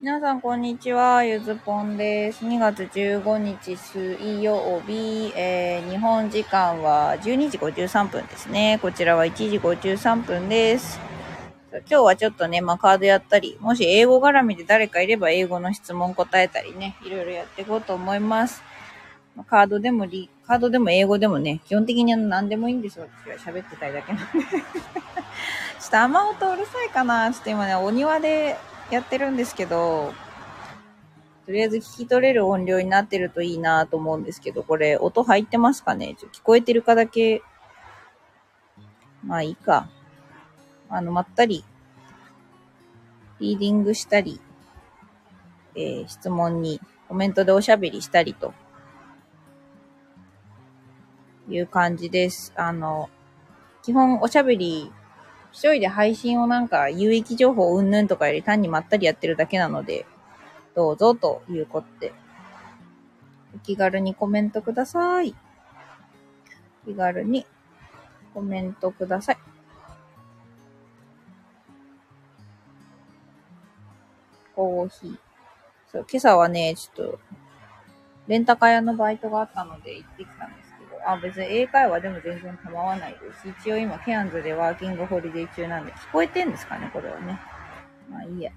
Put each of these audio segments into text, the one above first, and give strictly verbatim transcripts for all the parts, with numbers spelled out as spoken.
皆さん、こんにちは。ゆずぽんです。にがつじゅうごにち水曜日、えー、日本時間はじゅうにじごじゅうさんぷんですね。こちらはいちじごじゅうさんぷんです。今日はちょっとね、まあ、カードやったり、もし英語絡みで誰かいれば英語の質問答えたりね、いろいろやっていこうと思います。カードでもリ、カードでも英語でもね、基本的に何でもいいんですよ。私は喋ってたいだけなんで。ちょっと雨音うるさいかな。ちょっと今ね、お庭でやってるんですけど、とりあえず聞き取れる音量になってるといいなと思うんですけど、これ音入ってますかね？ちょっと聞こえてるかだけ、まあいいか。あの、まったり、リーディングしたり、えー、質問にコメントでおしゃべりしたりという感じです。あの、基本おしゃべり、一人で配信をなんか有益情報うんぬんとかより単にまったりやってるだけなので、どうぞということで、お気軽にコメントください。気軽にコメントください。コーヒー。そう、今朝はね、ちょっと、レンタカー屋のバイトがあったので行ってきたんですけど、あ、別に英会話でも全然構わないです。一応今、ケアンズでワーキングホリデー中なんで、聞こえてんですかね、これはね。まあいいや。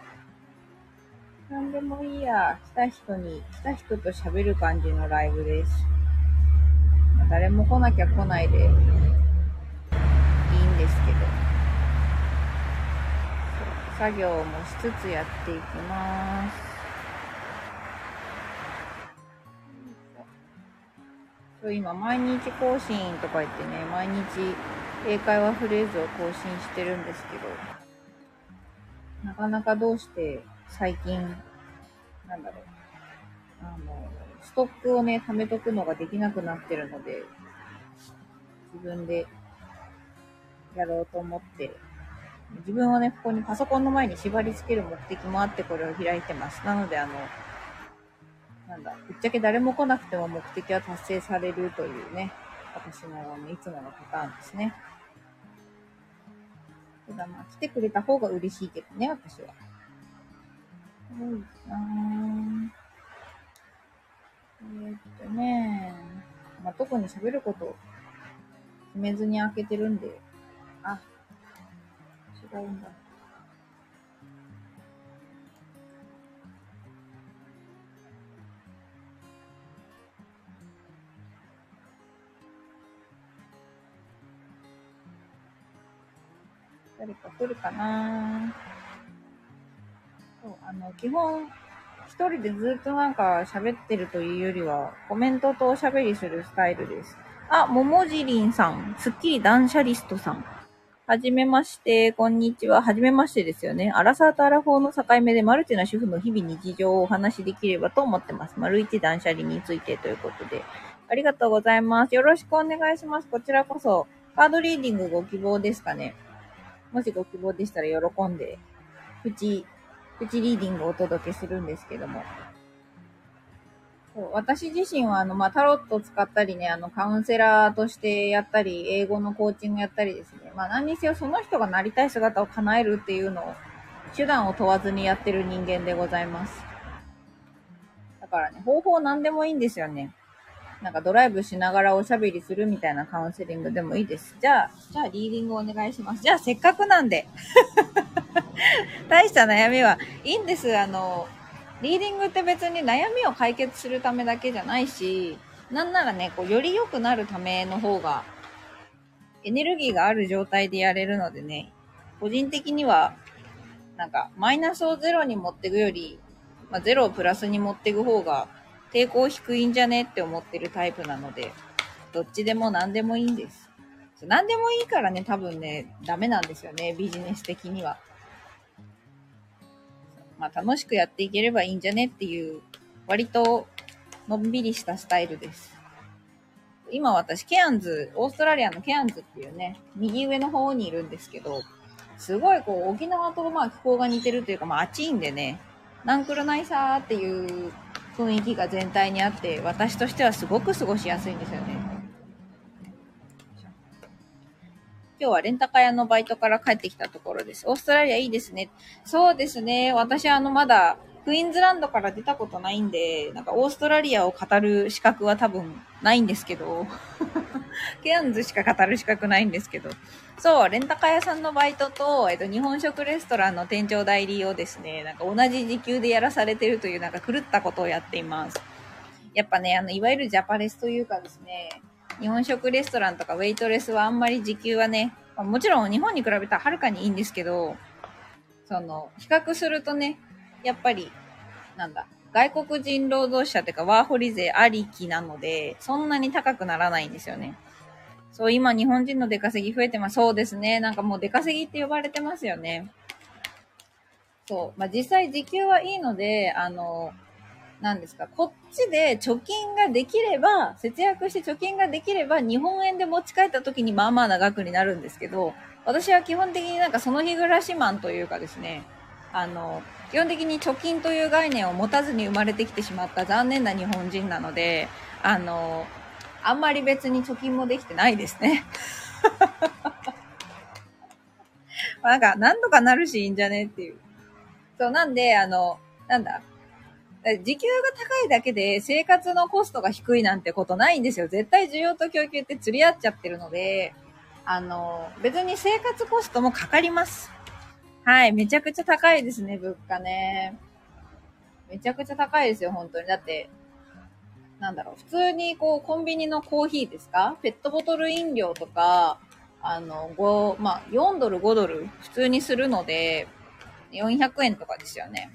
なんでもいいや。来た人に、来た人と喋る感じのライブです。まあ、誰も来なきゃ来ないでいいんですけど、作業もしつつやっていきます。今、毎日更新とか言ってね、毎日英会話フレーズを更新してるんですけど、なかなかどうして最近、なんだろう、あの、ストックをね、貯めとくのができなくなってるので、自分でやろうと思って、自分はね、ここにパソコンの前に縛り付ける目的もあってこれを開いてます。なので、あの、なんだ、ぶっちゃけ誰も来なくても目的は達成されるというね、私のあのいつものパターンですね。ただまあ、来てくれた方が嬉しいけどね、私は。うん、えー、っとね、まあ、特に喋ることを決めずに開けてるんで、あ、違うんだ。誰か来るかな。そう、あの、基本、一人でずっとなんか喋ってるというよりは、コメントとおしゃべりするスタイルです。あ、ももじりんさん、スッキリ断捨リストさん。はじめまして、こんにちは。はじめましてですよね。アラサーとアラフォーの境目でマルチな主婦の日々日常をお話しできればと思ってます。丸一断捨離についてということで。ありがとうございます。よろしくお願いします。こちらこそ、カードリーディングご希望ですかね。もしご希望でしたら喜んで、プチ、プチリーディングをお届けするんですけども。そう私自身は、あの、まあ、タロットを使ったりね、あの、カウンセラーとしてやったり、英語のコーチングやったりですね。まあ、何にせよその人がなりたい姿を叶えるっていうのを、手段を問わずにやってる人間でございます。だからね、方法なんでもいいんですよね。なんかドライブしながらおしゃべりするみたいなカウンセリングでもいいです。じゃあ、じゃあリーディングお願いします。じゃあせっかくなんで。大した悩みはいいんです。あの、リーディングって別に悩みを解決するためだけじゃないし、なんならね、こう、より良くなるための方が、エネルギーがある状態でやれるのでね、個人的には、なんか、マイナスをゼロに持っていくより、まあ、ゼロをプラスに持っていく方が、抵抗低いんじゃねって思ってるタイプなので、どっちでも何でもいいんです。何でもいいからね、多分ね、ダメなんですよね、ビジネス的には。まあ、楽しくやっていければいいんじゃねっていう、割とのんびりしたスタイルです。今私、ケアンズ、オーストラリアのケアンズっていうね、右上の方にいるんですけど、すごいこう、沖縄とまあ気候が似てるというか、まあ暑いんでね、なんくるないさーっていう雰囲気が全体にあって、私としてはすごく過ごしやすいんですよね。 今日はレンタカー屋のバイトから帰ってきたところです。オーストラリアいいですね。そうですね。私あのまだクイーンズランドから出たことないんで、なんかオーストラリアを語る資格は多分ないんですけど、ケアンズしか語る資格ないんですけど、そう、レンタカー屋さんのバイトと、えっと、日本食レストランの店長代理をですね、なんか同じ時給でやらされてるというなんか狂ったことをやっています。やっぱね、あの、いわゆるジャパレスというかですね、日本食レストランとかウェイトレスはあんまり時給はね、まあ、もちろん日本に比べたらはるかにいいんですけど、その、比較するとね、やっぱり、なんだ、外国人労働者っていうかワーホリ税ありきなので、そんなに高くならないんですよね。そう、今日本人の出稼ぎ増えてます。そうですね。なんかもう出稼ぎって呼ばれてますよね。そう。まあ、実際時給はいいので、あの、なんですか、こっちで貯金ができれば、節約して貯金ができれば、日本円で持ち帰った時にまあまあな額になるんですけど、私は基本的になんかその日暮らしマンというかですね、あの、基本的に貯金という概念を持たずに生まれてきてしまった残念な日本人なので、あの、あんまり別に貯金もできてないですね。なんか、なんとかなるしいいんじゃねっていう。そう、なんで、あの、なんだ、時給が高いだけで生活のコストが低いなんてことないんですよ。絶対需要と供給って釣り合っちゃってるので、あの、別に生活コストもかかります。はい、めちゃくちゃ高いですね、物価ね。めちゃくちゃ高いですよ、本当に。だって、なんだろう、普通にこう、コンビニのコーヒーですか？ペットボトル飲料とか、あの、ご、まあ、よんドル、ごドル、普通にするので、よんひゃくえんとかですよね。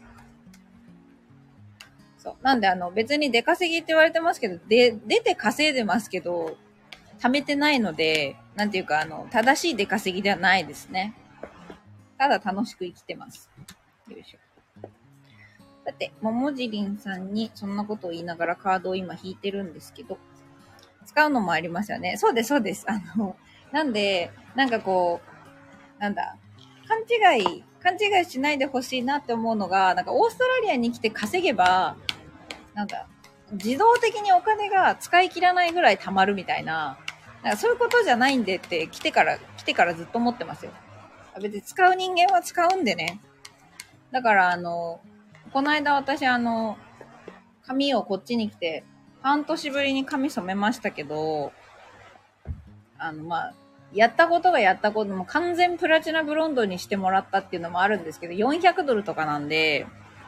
そう。なんであの別に出稼ぎって言われてますけど、で、出て稼いでますけど、貯めてないので、なんていうかあの、正しい出稼ぎではないですね。ただ楽しく生きてます。よいしょ。だって、ももじりんさんにそんなことを言いながらカードを今引いてるんですけど、使うのもありますよね。そうです、そうです。あの、なんで、なんかこう、なんだ、勘違い、勘違いしないでほしいなって思うのが、なんかオーストラリアに来て稼げば、なんだ、自動的にお金が使い切らないぐらい貯まるみたいな、なんかそういうことじゃないんでって来てから、来てからずっと思ってますよ。別に使う人間は使うんでね。だからあの、この間私あの、髪をこっちに来て、半年ぶりに髪染めましたけど、あの、まあ、やったことがやったことも完全プラチナブロンドにしてもらったっていうのもあるんですけど、よんひゃくドルとかなんで、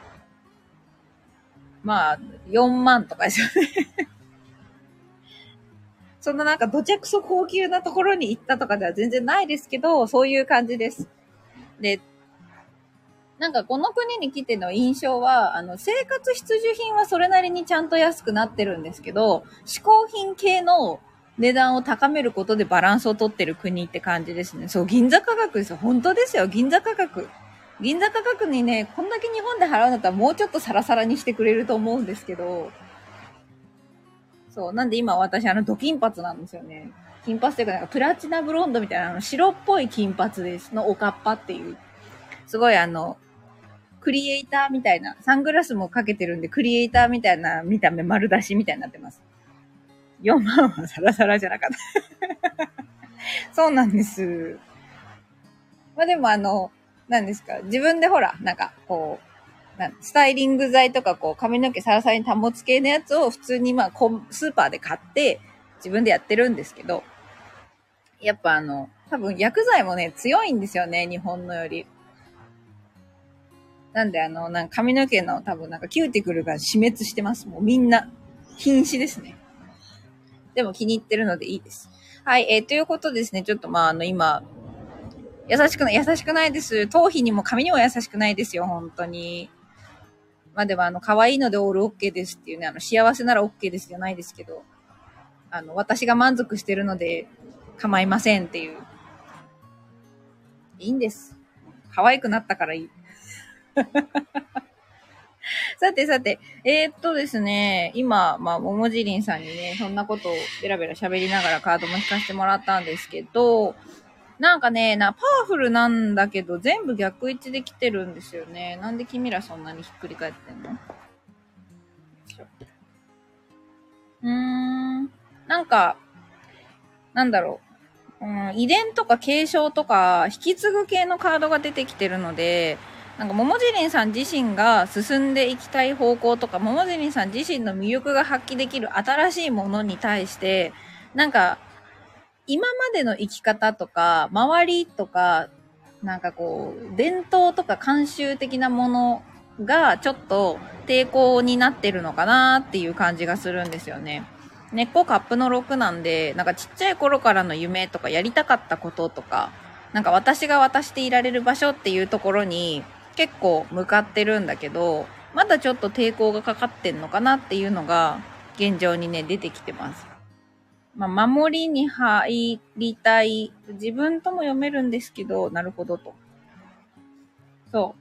まあ、よんまんとかですよね。そんななんかどちゃくそ高級なところに行ったとかでは全然ないですけど、そういう感じです。で、なんかこの国に来ての印象は、あの、生活必需品はそれなりにちゃんと安くなってるんですけど、嗜好品系の値段を高めることでバランスを取ってる国って感じですね。そう、銀座価格ですよ。本当ですよ、銀座価格。銀座価格にね、こんだけ日本で払うんだったらもうちょっとサラサラにしてくれると思うんですけど、そう。なんで今私あのド金髪なんですよね。金髪っていうかなんかプラチナブロンドみたいなあの白っぽい金髪です。のおかっぱっていう。すごいあの、クリエイターみたいな、サングラスもかけてるんでクリエイターみたいな見た目丸出しみたいになってます。よんまんはサラサラじゃなかった。そうなんです。まあでもあの、何ですか、自分でほら、なんかこう、なんスタイリング剤とかこう髪の毛サラサラに保つ系のやつを普通にまあスーパーで買って自分でやってるんですけど、やっぱあの、多分薬剤もね、強いんですよね、日本のより。なんであの、なんか髪の毛の多分なんかキューティクルが死滅してます。もうみんな、瀕死ですね。でも気に入ってるのでいいです。はい、えー、ということですね、ちょっとまああの今、優しくない、優しくないです。頭皮にも髪にも優しくないですよ、本当に。まあでもあの、可愛いのでオールオッケーですっていうね、あの、幸せならオッケーですじゃないですけど、あの、私が満足してるので構いませんっていう。いいんです。可愛くなったからいい。さてさて、えー、っとですね、今、まあ、ももじりんさんにね、そんなことをベラベラ喋りながらカードも引かせてもらったんですけど、なんかね、な、パワフルなんだけど、全部逆位置で来てるんですよね。なんで君らそんなにひっくり返ってんの？うーん、なんか、なんだろう。 うん、遺伝とか継承とか、引き継ぐ系のカードが出てきてるので、なんか、桃尻りんさん自身が進んでいきたい方向とか、桃尻りんさん自身の魅力が発揮できる新しいものに対して、なんか、今までの生き方とか、周りとか、なんかこう、伝統とか慣習的なものがちょっと抵抗になってるのかなっていう感じがするんですよね。根っこカップのろくなんで、なんかちっちゃい頃からの夢とかやりたかったこととか、なんか私が私でいられる場所っていうところに結構向かってるんだけど、まだちょっと抵抗がかかってんのかなっていうのが現状にね、出てきてます。まあ、守りに入りたい。自分とも読めるんですけど、なるほどと。そう。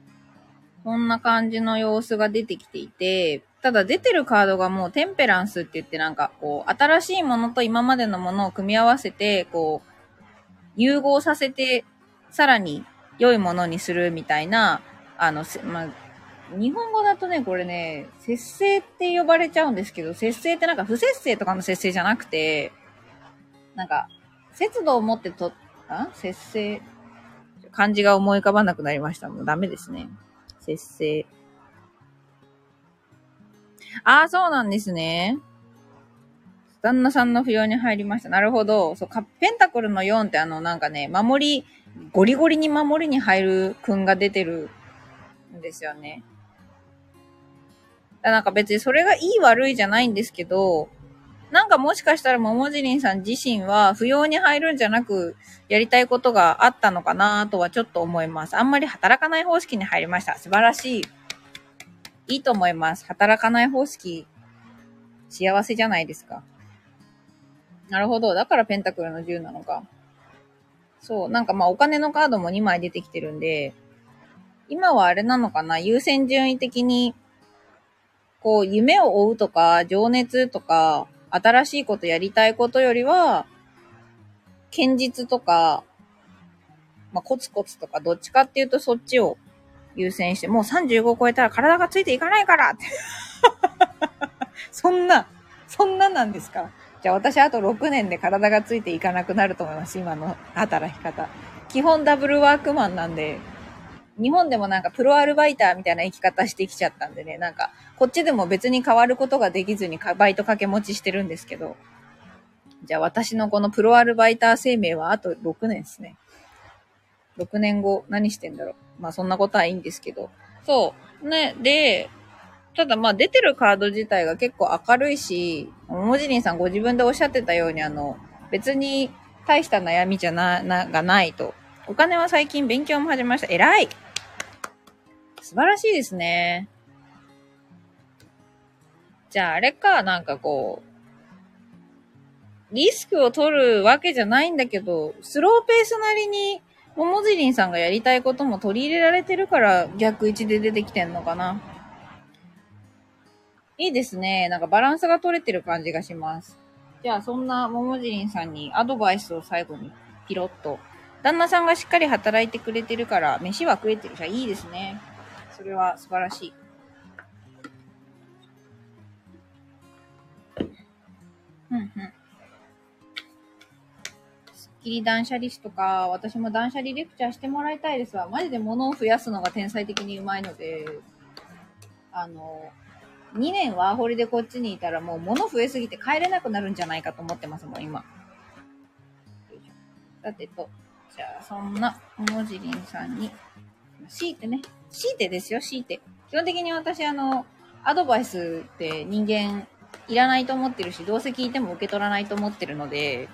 こんな感じの様子が出てきていて、ただ出てるカードがもうテンペランスって言ってなんかこう、新しいものと今までのものを組み合わせて、こう、融合させて、さらに良いものにするみたいな、あの、まあ、日本語だとね、これね、節制って呼ばれちゃうんですけど、節制ってなんか不節制とかの節制じゃなくて、なんか、節度を持ってと、あ節制。漢字が思い浮かばなくなりました。もうダメですね。節制。ああ、そうなんですね。旦那さんの扶養に入りました。なるほど。そう、ペンタクルのよんってあの、なんかね、守り、ゴリゴリに守りに入る君が出てるんですよね。だなんか別にそれがいい悪いじゃないんですけど、なんかもしかしたら桃次林さん自身は扶養に入るんじゃなくやりたいことがあったのかなとはちょっと思います。あんまり働かない方式に入りました。素晴らしい。いいと思います。働かない方式、幸せじゃないですか。なるほど。だからペンタクルのじゅうなのか。そう。なんかまあお金のカードもにまい出てきてるんで、今はあれなのかな、優先順位的に、こう夢を追うとか、情熱とか、新しいことやりたいことよりは、堅実とか、まあ、コツコツとか、どっちかっていうとそっちを優先して、もうさんじゅうご超えたら体がついていかないからって。そんな、そんななんですか。じゃあ私あとろくねんで体がついていかなくなると思います。今の働き方。基本ダブルワークマンなんで、日本でもなんかプロアルバイターみたいな生き方してきちゃったんでね、なんかこっちでも別に変わることができずにバイト掛け持ちしてるんですけど、じゃあ私のこのプロアルバイター生命はあとろくねんですね。ろくねんご何してんだろう。まあそんなことはいいんですけど。そう。ね、で、ただまあ出てるカード自体が結構明るいし、もじりんさんご自分でおっしゃってたようにあの、別に大した悩みじゃな、な、がないと。お金は最近勉強も始めました。偉い！素晴らしいですね。じゃああれか、なんかこう、リスクを取るわけじゃないんだけど、スローペースなりに、ももじりんさんがやりたいことも取り入れられてるから逆位置で出てきてんのかな。いいですね。なんかバランスが取れてる感じがします。じゃあそんなももじりんさんにアドバイスを最後にピロッと。旦那さんがしっかり働いてくれてるから飯は食えてるじゃいいですね。それは素晴らしい。うんうん。スッキリ断捨離誌とか、私も断捨離レクチャーしてもらいたいですわ。マジで物を増やすのが天才的にうまいので、あの、にねんワーホリでこっちにいたらもう物増えすぎて帰れなくなるんじゃないかと思ってますもん、今。さてと、じゃあそんなもじりんさんに、強いてね、強いてですよ、強いて。基本的に私あの、アドバイスって人間いらないと思ってるし、どうせ聞いても受け取らないと思ってるので、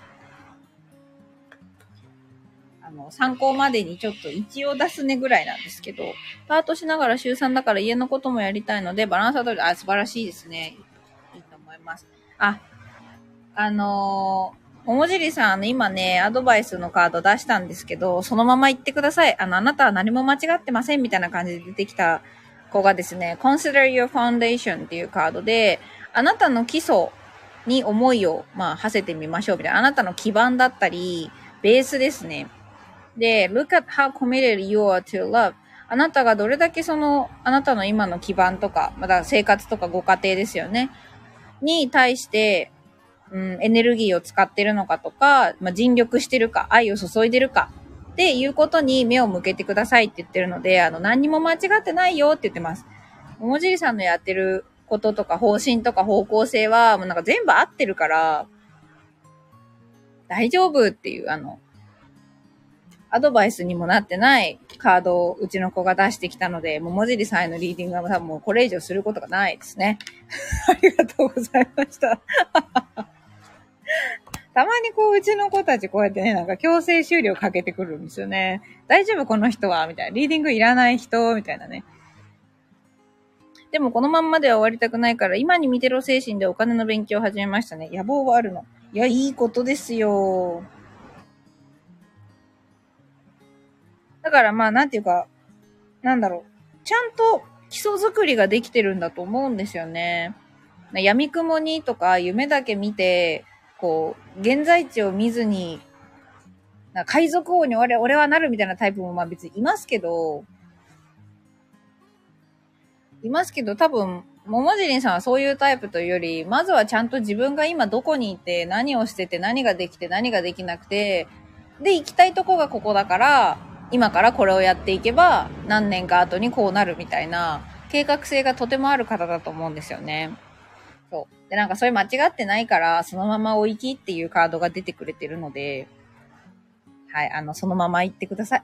あの、参考までにちょっと一応出すねぐらいなんですけど、パートしながら週さんだから家のこともやりたいので、バランスは取る。あ、素晴らしいですね。いいと思います。あ、あのー、おもじりさん、今ね、アドバイスのカード出したんですけど、そのまま言ってください。あの、あなたは何も間違ってませんみたいな感じで出てきた子がですね、Consider Your Foundation っていうカードで、あなたの基礎に思いを、まあ、馳せてみましょうみたいな。あなたの基盤だったり、ベースですね。で、look at how committed you are to love. あなたがどれだけその、あなたの今の基盤とか、まだ生活とかご家庭ですよね。に対して、 うん、エネルギーを使ってるのかとか、まあ、尽力してるか、愛を注いでるかっていうことに目を向けてくださいって言ってるので、あの、何にも間違ってないよって言ってます。ももじりさんのやってることとか方針とか方向性は、もうなんか全部合ってるから、大丈夫っていう、あの、アドバイスにもなってないカードをうちの子が出してきたので、ももじりさんへのリーディングは多分もうこれ以上することがないですね。ありがとうございました。たまにこう、うちの子たちこうやってね、なんか強制終了かけてくるんですよね。大丈夫この人はみたいな。リーディングいらない人みたいなね。でもこのまんまでは終わりたくないから、今に見てろ精神でお金の勉強を始めましたね。野望はあるの。いや、いいことですよ。だからまあ、なんていうか、なんだろう。ちゃんと基礎作りができてるんだと思うんですよね。闇雲にとか夢だけ見て、こう、現在地を見ずに、なんか海賊王に俺俺はなるみたいなタイプもまあ別にいますけど、いますけど多分、ももじりんさんはそういうタイプというより、まずはちゃんと自分が今どこにいて、何をしてて、何ができて、何ができなくて、で、行きたいとこがここだから、今からこれをやっていけば、何年か後にこうなるみたいな、計画性がとてもある方だと思うんですよね。そう。で、なんかそれ間違ってないから、そのままお行きっていうカードが出てくれてるので、はい、あの、そのまま行ってください。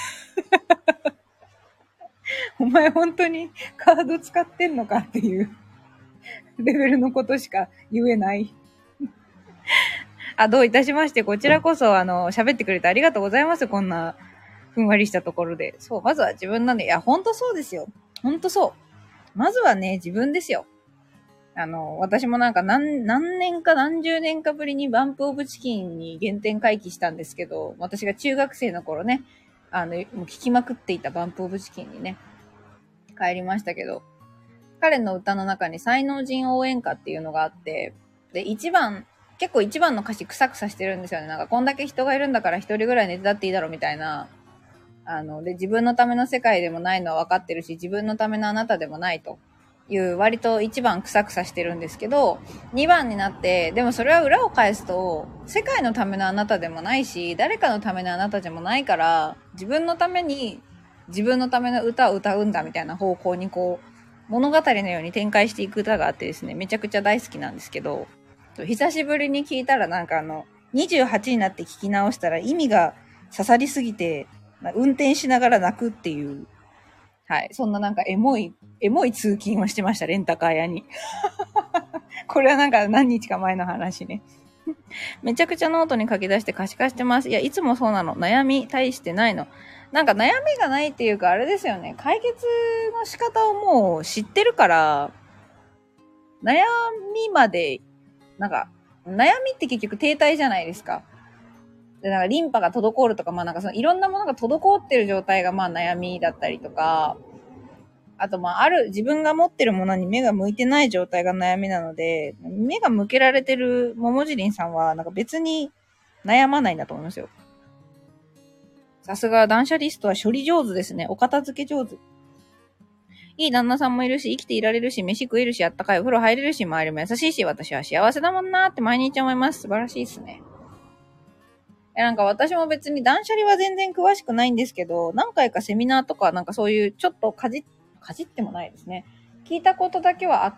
お前本当にカード使ってんのかっていうレベルのことしか言えない。あ、どういたしまして、こちらこそ、あの、喋ってくれてありがとうございます。こんな、ふんわりしたところで。そう、まずは自分なんで、いや、ほんとそうですよ。ほんとそう。まずはね、自分ですよ。あの、私もなんか何、何年か何十年かぶりにバンプオブチキンに原点回帰したんですけど、私が中学生の頃ね、あの、もう聞きまくっていたバンプオブチキンにね、帰りましたけど、彼の歌の中に才能人応援歌っていうのがあって、で、一番、結構一番の歌詞クサクサしてるんですよね。なんか、こんだけ人がいるんだから一人ぐらい寝てたっていいだろみたいな。あの、で、自分のための世界でもないのは分かってるし、自分のためのあなたでもないという割と一番クサクサしてるんですけど、二番になって、でもそれは裏を返すと、世界のためのあなたでもないし、誰かのためのあなたでもないから、自分のために自分のための歌を歌うんだみたいな方向にこう、物語のように展開していく歌があってですね、めちゃくちゃ大好きなんですけど、久しぶりに聞いたらなんかあの、にじゅうはちになって聞き直したら意味が刺さりすぎて、運転しながら泣くっていう、はい、そんななんかエモい、エモい通勤をしてました、レンタカー屋に。これはなんか何日か前の話ね。めちゃくちゃノートに書き出して可視化してます。いや、いつもそうなの。悩み、大してないの。なんか悩みがないっていうか、あれですよね。解決の仕方をもう知ってるから、悩みまで、なんか、悩みって結局停滞じゃないですか。で、なんかリンパが滞るとか、まあなんかそのいろんなものが滞ってる状態がまあ悩みだったりとか、あとまあある自分が持ってるものに目が向いてない状態が悩みなので、目が向けられてるももじりんさんはなんか別に悩まないんだと思いますよ。さすが断捨リストは処理上手ですね。お片付け上手。いい旦那さんもいるし、生きていられるし、飯食えるし、あったかいお風呂入れるし、周りも優しいし、私は幸せだもんなーって毎日思います。素晴らしいですね。え、なんか私も別に断捨離は全然詳しくないんですけど、何回かセミナーとかなんかそういうちょっとかじ、かじってもないですね。聞いたことだけはあって、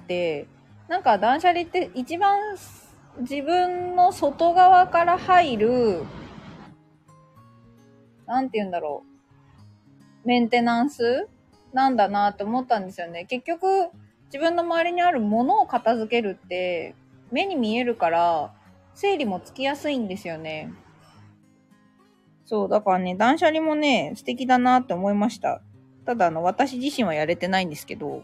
なんか断捨離って一番自分の外側から入る、なんて言うんだろう、メンテナンスなんだなって思ったんですよね。結局、自分の周りにあるものを片付けるって目に見えるから、整理もつきやすいんですよね。そう、だからね、断捨離もね、素敵だなって思いました。ただ、あの、私自身はやれてないんですけど。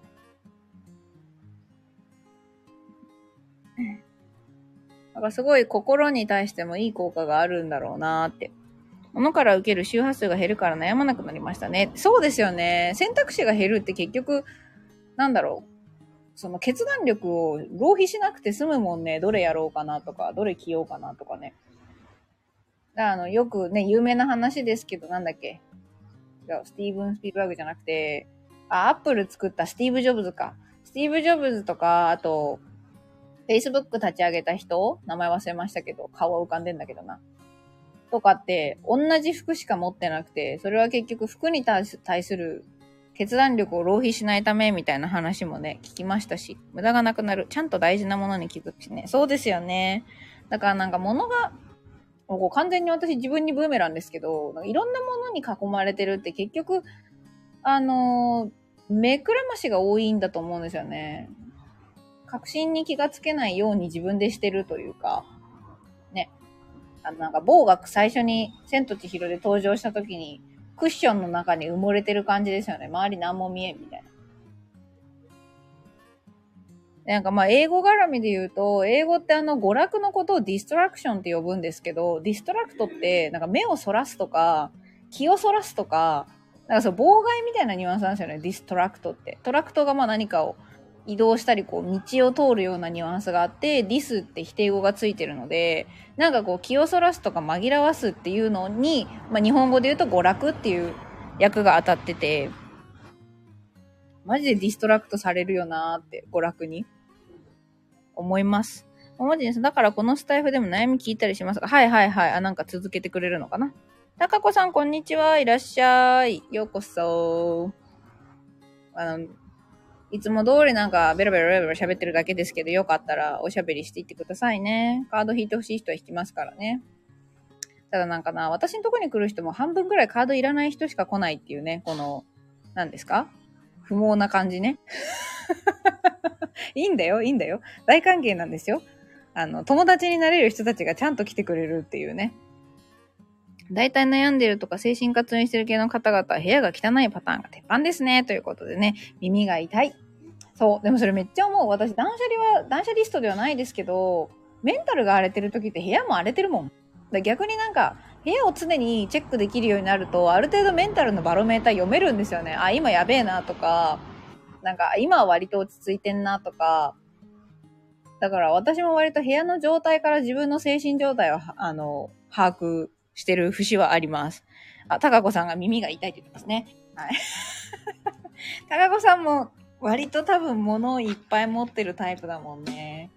だからすごい心に対してもいい効果があるんだろうなーって。物から受ける周波数が減るから悩まなくなりましたね。そうですよね。選択肢が減るって結局、なんだろう。その決断力を浪費しなくて済むもんね。どれやろうかなとか、どれ着ようかなとかね。あの、よくね、有名な話ですけど、なんだっけ。違う、スティーブン・スピルバーグじゃなくて、あ、アップル作ったスティーブ・ジョブズか。スティーブ・ジョブズとか、あと、 Facebook 立ち上げた人、名前忘れましたけど、顔は浮かんでんだけどな。とかって、同じ服しか持ってなくて、それは結局服に対する決断力を浪費しないためみたいな話もね、聞きましたし、無駄がなくなる。ちゃんと大事なものに気づくしね。そうですよね。だからなんか物が、もう完全に私自分にブーメランですけど、いろんなものに囲まれてるって結局、あのー、目くらましが多いんだと思うんですよね。確信に気がつけないように自分でしてるというか、ね。あのなんか、某学最初に千と千尋で登場した時に、クッションの中に埋もれてる感じですよね。周り何も見えんみたいな。なんかまあ、英語絡みで言うと、英語ってあの、娯楽のことをディストラクションって呼ぶんですけど、ディストラクトって、なんか目をそらすとか、気をそらすとか、なんかそう、妨害みたいなニュアンスなんですよね、ディストラクトって。トラクトがまあ何かを移動したり、こう、道を通るようなニュアンスがあって、ディスって否定語がついてるので、なんかこう、気をそらすとか紛らわすっていうのに、まあ日本語で言うと娯楽っていう訳が当たってて、マジでディストラクトされるよなーって、娯楽に。思います。ももじんさん、だからこのスタイフでも悩み聞いたりしますか？はいはいはい。あ、なんか続けてくれるのかな？たかこさん、こんにちは。いらっしゃい。ようこそ。あの、いつも通りなんかベラベラベラベラ喋ってるだけですけど、よかったらおしゃべりしていってくださいね。カード引いてほしい人は引きますからね。ただなんかな、私のとこに来る人も半分くらいカードいらない人しか来ないっていうね、この、何ですか？不毛な感じね。いいんだよ、いいんだよ。大歓迎なんですよ。あの、友達になれる人たちがちゃんと来てくれるっていうね。大体悩んでるとか精神科通院してる系の方々は部屋が汚いパターンが鉄板ですね。ということでね、耳が痛い。そう。でもそれめっちゃ思う。私、断捨離は、断捨リストではないですけど、メンタルが荒れてる時って部屋も荒れてるもん。だ逆になんか、部屋を常にチェックできるようになると、ある程度メンタルのバロメーター読めるんですよね。あ、今やべえなとか、なんか、今は割と落ち着いてんなとか、だから私も割と部屋の状態から自分の精神状態を、あの、把握してる節はあります。あ、高子さんが耳が痛いって言ってますね。はい。高子さんも割と多分物をいっぱい持ってるタイプだもんね。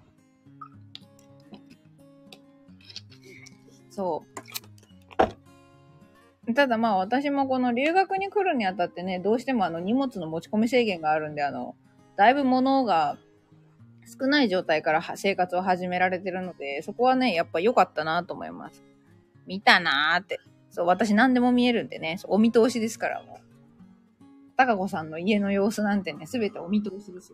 そう。ただまあ私もこの留学に来るにあたってね、どうしてもあの荷物の持ち込み制限があるんで、あの、だいぶ物が少ない状態から生活を始められてるので、そこはね、やっぱ良かったなと思います。見たなーって。そう、私何でも見えるんでね、そうお見通しですからもう。高子さんの家の様子なんてね、すべてお見通しですよ。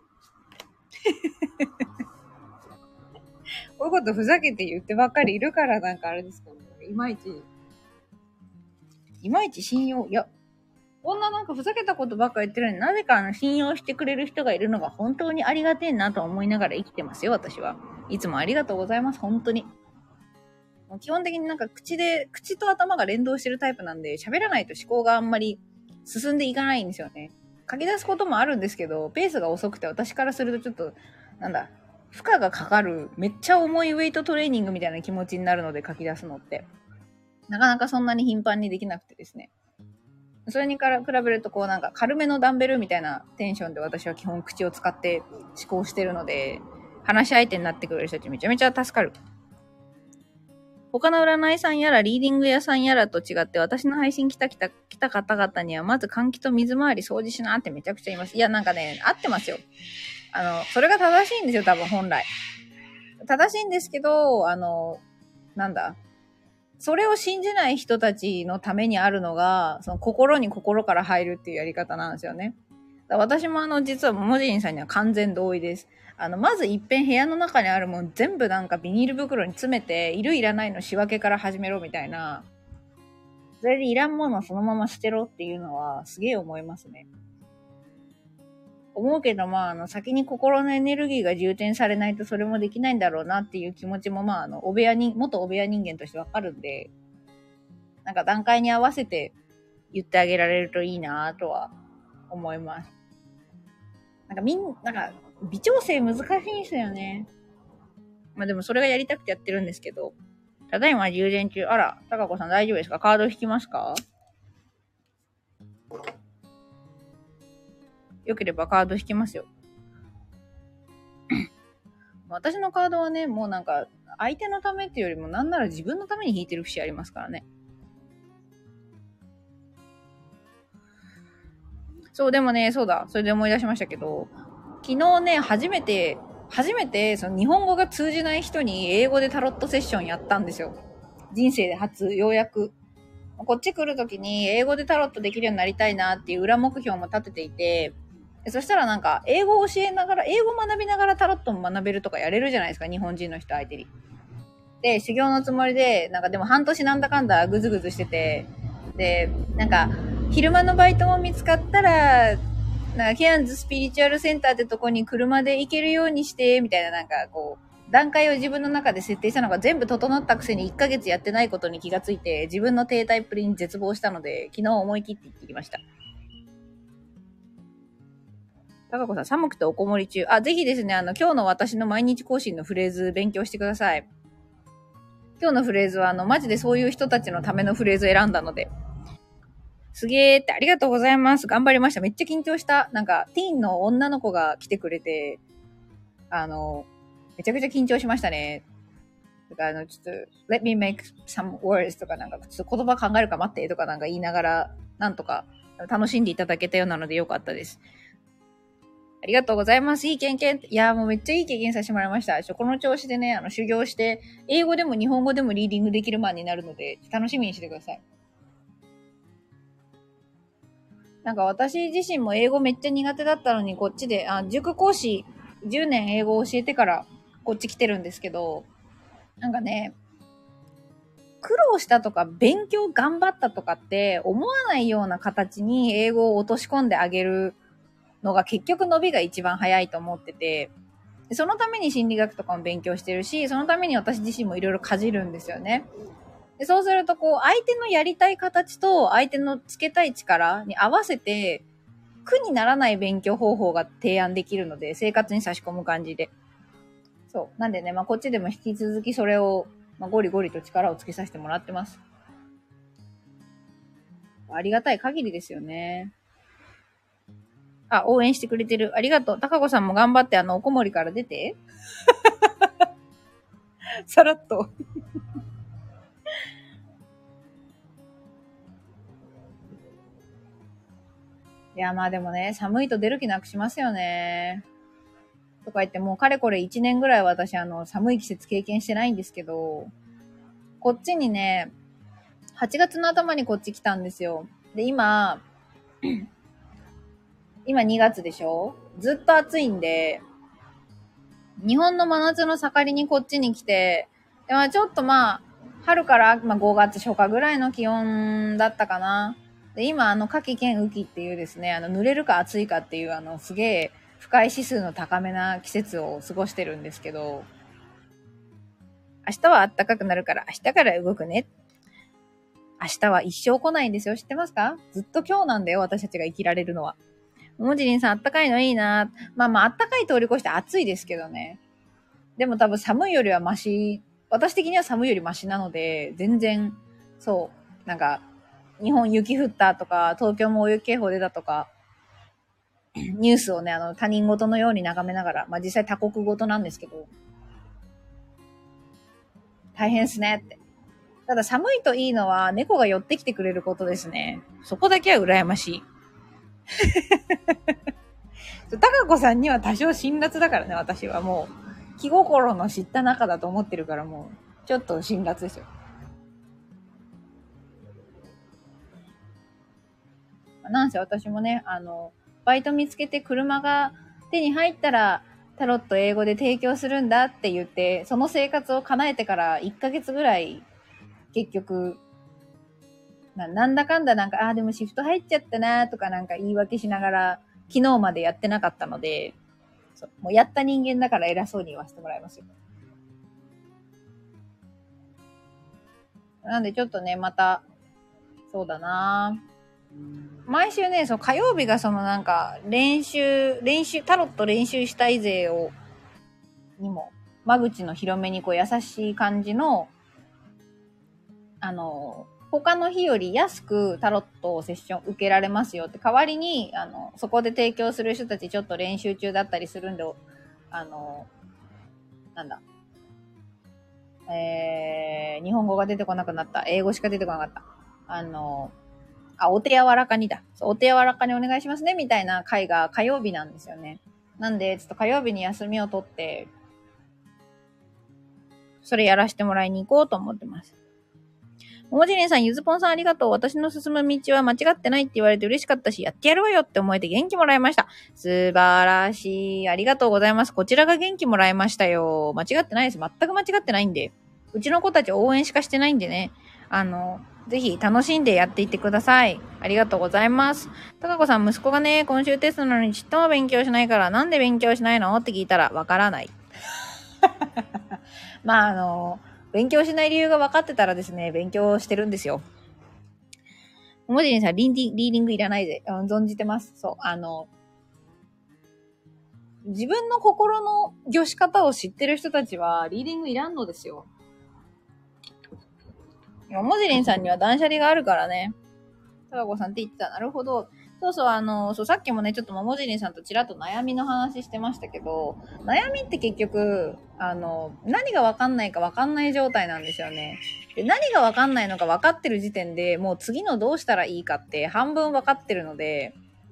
こういうことふざけて言ってばっかりいるからなんかあれですけど、いまいち、いまいち信用、いや、こんななんかふざけたことばっか言ってるのになぜかあの信用してくれる人がいるのが本当にありがてえなと思いながら生きてますよ、私は。いつもありがとうございます、本当に。もう基本的になんか口で、口と頭が連動してるタイプなんで、喋らないと思考があんまり進んでいかないんですよね。書き出すこともあるんですけど、ペースが遅くて私からするとちょっと、なんだ、負荷がかかる、めっちゃ重いウェイトトレーニングみたいな気持ちになるので書き出すのって。なかなかそんなに頻繁にできなくてですね。それにから比べるとこうなんか軽めのダンベルみたいなテンションで私は基本口を使って思考してるので、話し相手になってくれる人たちめちゃめちゃ助かる。他の占いさんやらリーディング屋さんやらと違って私の配信来た来た来た方々にはまず換気と水回り掃除しなってめちゃくちゃ言います。いやなんかね、合ってますよ。あの、それが正しいんですよ、多分本来。正しいんですけど、あの、なんだ。それを信じない人たちのためにあるのが、その心に心から入るっていうやり方なんですよね。私もあの、実はももじんさんには完全同意です。あの、まず一遍部屋の中にあるもん全部なんかビニール袋に詰めて、いるいらないの仕分けから始めろみたいな。それでいらんものをそのまま捨てろっていうのはすげえ思いますね。思うけど、まあ、あの、先に心のエネルギーが充填されないとそれもできないんだろうなっていう気持ちも、まあ、あの、お部屋に、元お部屋人間としてわかるんで、なんか段階に合わせて言ってあげられるといいなとは思います。なんかみん、なんか、微調整難しいんですよね。まあでもそれがやりたくてやってるんですけど、ただいま充電中。あら、たかこさん大丈夫ですか？カード引きますか？よければカード引きますよ。 私のカードはね、もうなんか、相手のためっていうよりも、なんなら自分のために引いてる節ありますからね。そう、でもね、そうだ、それで思い出しましたけど、昨日ね、初めて、初めて、その日本語が通じない人に英語でタロットセッションやったんですよ。人生で初、ようやく。こっち来るときに英語でタロットできるようになりたいなっていう裏目標も立てていて、そしたらなんか、英語を教えながら、英語学びながらタロットも学べるとかやれるじゃないですか、日本人の人相手に。で、修行のつもりで、なんかでも半年なんだかんだぐずぐずしてて、で、なんか、昼間のバイトも見つかったら、なんか、ケアンズスピリチュアルセンターってとこに車で行けるようにして、みたいななんかこう、段階を自分の中で設定したのが全部整ったくせにいっかげつやってないことに気がついて、自分の停滞っぷりに絶望したので、昨日思い切って行ってきました。たかこさん、寒くておこもり中。あ、ぜひですね、あの、今日の私の毎日更新のフレーズ勉強してください。今日のフレーズは、あの、マジでそういう人たちのためのフレーズを選んだので。すげーってありがとうございます。頑張りました。めっちゃ緊張した。なんか、ティーンの女の子が来てくれて、あの、めちゃくちゃ緊張しましたね。だからあの、ちょっと、let me make some words とかなんか、ちょっと言葉考えるか待ってとかなんか言いながら、なんとか楽しんでいただけたようなのでよかったです。ありがとうございます。いい経験。いやーもうめっちゃいい経験させてもらいました。ちょこの調子でね、あの、修行して、英語でも日本語でもリーディングできるマンになるので、楽しみにしてください。なんか私自身も英語めっちゃ苦手だったのに、こっちで、あ、塾講師じゅうねん英語を教えてからこっち来てるんですけど、なんかね、苦労したとか勉強頑張ったとかって思わないような形に英語を落とし込んであげるのが結局伸びが一番早いと思ってて、そのために心理学とかも勉強してるし、そのために私自身もいろいろかじるんですよね。でそうするとこう相手のやりたい形と相手のつけたい力に合わせて苦にならない勉強方法が提案できるので、生活に差し込む感じで。そう。なんでね、まあこっちでも引き続きそれを、まあ、ゴリゴリと力をつけさせてもらってます。ありがたい限りですよね。あ、応援してくれてる。ありがとう。高子さんも頑張って、あの、おこもりから出て。さらっと。いや、まあでもね、寒いと出る気なくしますよね。とか言って、もうかれこれいちねんぐらい私、あの、寒い季節経験してないんですけど、こっちにね、はちがつの頭にこっち来たんですよ。で、今、今にがつでしょ？ずっと暑いんで、日本の真夏の盛りにこっちに来て、でまあ、ちょっとまあ、春から、まあ、ごがつ初夏ぐらいの気温だったかな。で今、あの、夏季兼雨季っていうですね、あの、濡れるか暑いかっていう、あの、すげえ、不快指数の高めな季節を過ごしてるんですけど、明日は暖かくなるから明日から動くね。明日は一生来ないんですよ。知ってますか？ずっと今日なんだよ、私たちが生きられるのは。ももじりんさん、暖かいのいいな。まあまあ、暖かい通り越して暑いですけどね。でも多分寒いよりはマシ、私的には寒いよりマシなので、全然、そう、なんか、日本雪降ったとか、東京も大雪警報出たとか、ニュースをね、あの、他人事のように眺めながら、まあ実際他国事なんですけど、大変ですねって。ただ寒いといいのは、猫が寄ってきてくれることですね。そこだけは羨ましい。高子さんには多少辛辣だからね、私はもう。気心の知った仲だと思ってるからもう、ちょっと辛辣ですよ。なんせ私もね、あの、バイト見つけて車が手に入ったら、タロット英語で提供するんだって言って、その生活を叶えてからいっかげつぐらい、結局、ななんだかんだなんか、ああ、でもシフト入っちゃったなとかなんか言い訳しながら、昨日までやってなかったので、そうもうやった人間だから偉そうに言わせてもらいますよ。なんでちょっとね、また、そうだな毎週ね、そう、火曜日がそのなんか、練習、練習、タロット練習したい勢を、にも、間口の広めにこう優しい感じの、あの、他の日より安くタロットをセッション受けられますよって、代わりに、あの、そこで提供する人たちちょっと練習中だったりするんで、あの、 なんだ。えー、日本語が出てこなくなった。英語しか出てこなかった。あの、あ、お手柔らかにだ。そう、お手柔らかにお願いしますね、みたいな回が火曜日なんですよね。なんで、ちょっと火曜日に休みを取って、それやらせてもらいに行こうと思ってます。ももじりんさん、ゆずぽんさんありがとう。私の進む道は間違ってないって言われて嬉しかったし、やってやるわよって思えて元気もらいました。素晴らしい。ありがとうございます。こちらが元気もらいましたよ。間違ってないです。全く間違ってないんで。うちの子たち応援しかしてないんでね。あの、ぜひ楽しんでやっていってください。ありがとうございます。たかこさん、息子がね、今週テストなのにちっとも勉強しないから、なんで勉強しないのって聞いたら、わからない。まあ、あの、勉強しない理由が分かってたらですね、勉強してるんですよ。ももじりんさん、リーディリーディングいらないで、うん、存じてます。そう、あの、自分の心の御し方を知ってる人たちは、リーディングいらんのですよ。ももじりんさんには断捨離があるからね。たかこさんって言ってた。なるほど。そうそう、あの、そう、さっきもね、ちょっとももじりんさんとちらっと悩みの話してましたけど、悩みって結局、あの、何がわかんないかわかんない状態なんですよね。で、何がわかんないのかわかってる時点でもう次のどうしたらいいかって半分わかってるので、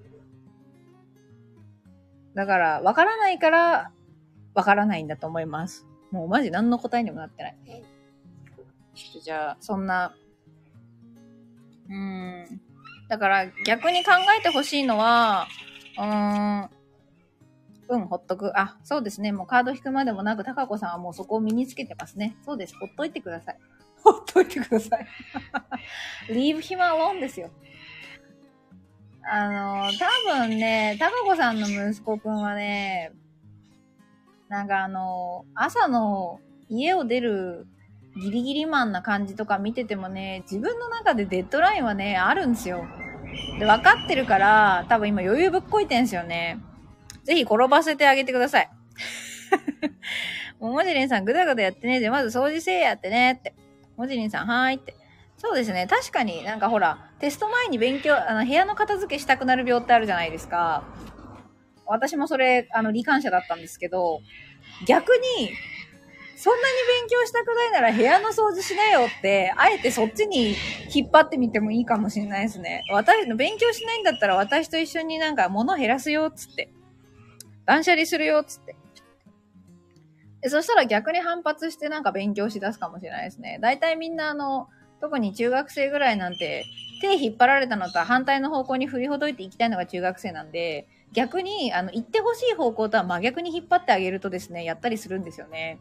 だから、わからないから、わからないんだと思います。もうマジ何の答えにもなってない。ちょっとじゃあ、そんな、うーん。だから逆に考えてほしいのは、うーん、うん、ほっとく。あ、そうですね。もうカード引くまでもなく、たかこさんはもうそこを身につけてますね。そうです。ほっといてください。ほっといてください。leave him alone ですよ。あの、多分ね、たかこさんの息子くんはね、なんかあの、朝の家を出るギリギリマンな感じとか見ててもね、自分の中でデッドラインはね、あるんですよ。で、分かってるから、多分今余裕ぶっこいてんすよね。ぜひ転ばせてあげてください。ももじりんさん、ぐだぐだやってねえで、まず掃除せえやってねって。もじりんさん、はーいって。そうですね。確かになんかほら、テスト前に勉強、あの、部屋の片付けしたくなる病ってあるじゃないですか。私もそれ、あの、罹患者だったんですけど、逆に、そんなに勉強したくないなら部屋の掃除しなよって、あえてそっちに引っ張ってみてもいいかもしれないですね。私の勉強しないんだったら私と一緒になんか物減らすよっつって。断捨離するよっつって。そしたら逆に反発してなんか勉強しだすかもしれないですね。大体みんなあの、特に中学生ぐらいなんて、手引っ張られたのと反対の方向に振りほどいていきたいのが中学生なんで、逆に、あの、行ってほしい方向とは真逆に引っ張ってあげるとですね、やったりするんですよね。